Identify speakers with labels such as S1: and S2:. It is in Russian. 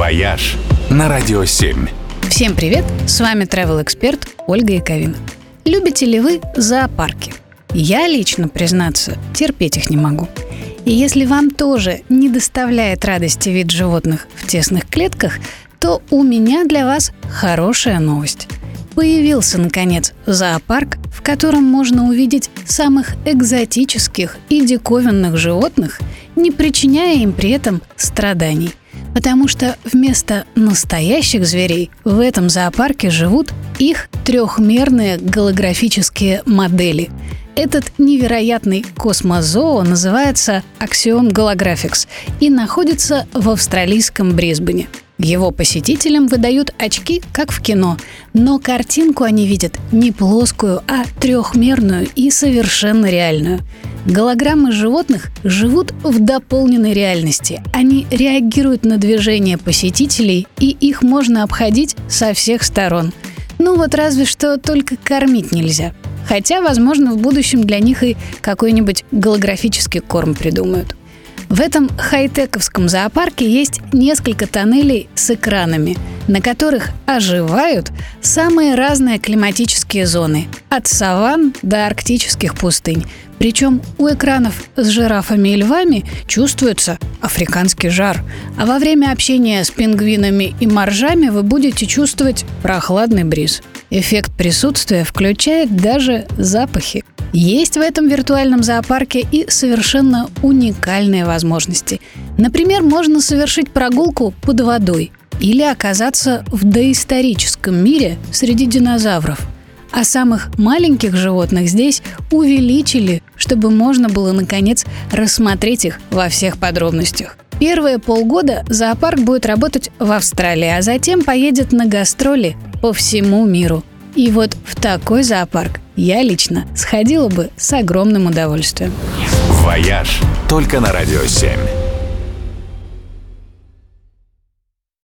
S1: «Вояж» на Радио 7.
S2: Всем привет! С вами travel-эксперт Ольга Яковина. Любите ли вы зоопарки? Я лично, признаться, терпеть их не могу. И если вам тоже не доставляет радости вид животных в тесных клетках, то у меня для вас хорошая новость. Появился, наконец, зоопарк, в котором можно увидеть самых экзотических и диковинных животных, не причиняя им при этом страданий. Потому что вместо настоящих зверей в этом зоопарке живут их трехмерные голографические модели. Этот невероятный космозоо называется Axiom Holographics и находится в австралийском Брисбене. Его посетителям выдают очки, как в кино, но картинку они видят не плоскую, а трехмерную и совершенно реальную. Голограммы животных живут в дополненной реальности. Они реагируют на движения посетителей, и их можно обходить со всех сторон. Ну вот разве что только кормить нельзя. Хотя, возможно, в будущем для них и какой-нибудь голографический корм придумают. В этом хай-тековском зоопарке есть несколько тоннелей с экранами, на которых оживают самые разные климатические зоны, от саванн до арктических пустынь. Причем у экранов с жирафами и львами чувствуется африканский жар, а во время общения с пингвинами и моржами вы будете чувствовать прохладный бриз. Эффект присутствия включает даже запахи. Есть в этом виртуальном зоопарке и совершенно уникальные возможности. Например, можно совершить прогулку под водой или оказаться в доисторическом мире среди динозавров. А самых маленьких животных здесь увеличили, чтобы можно было, наконец, рассмотреть их во всех подробностях. Первые полгода зоопарк будет работать в Австралии, а затем поедет на гастроли по всему миру. И вот в такой зоопарк я лично сходила бы с огромным удовольствием.
S1: «Вояж» только на Радио 7.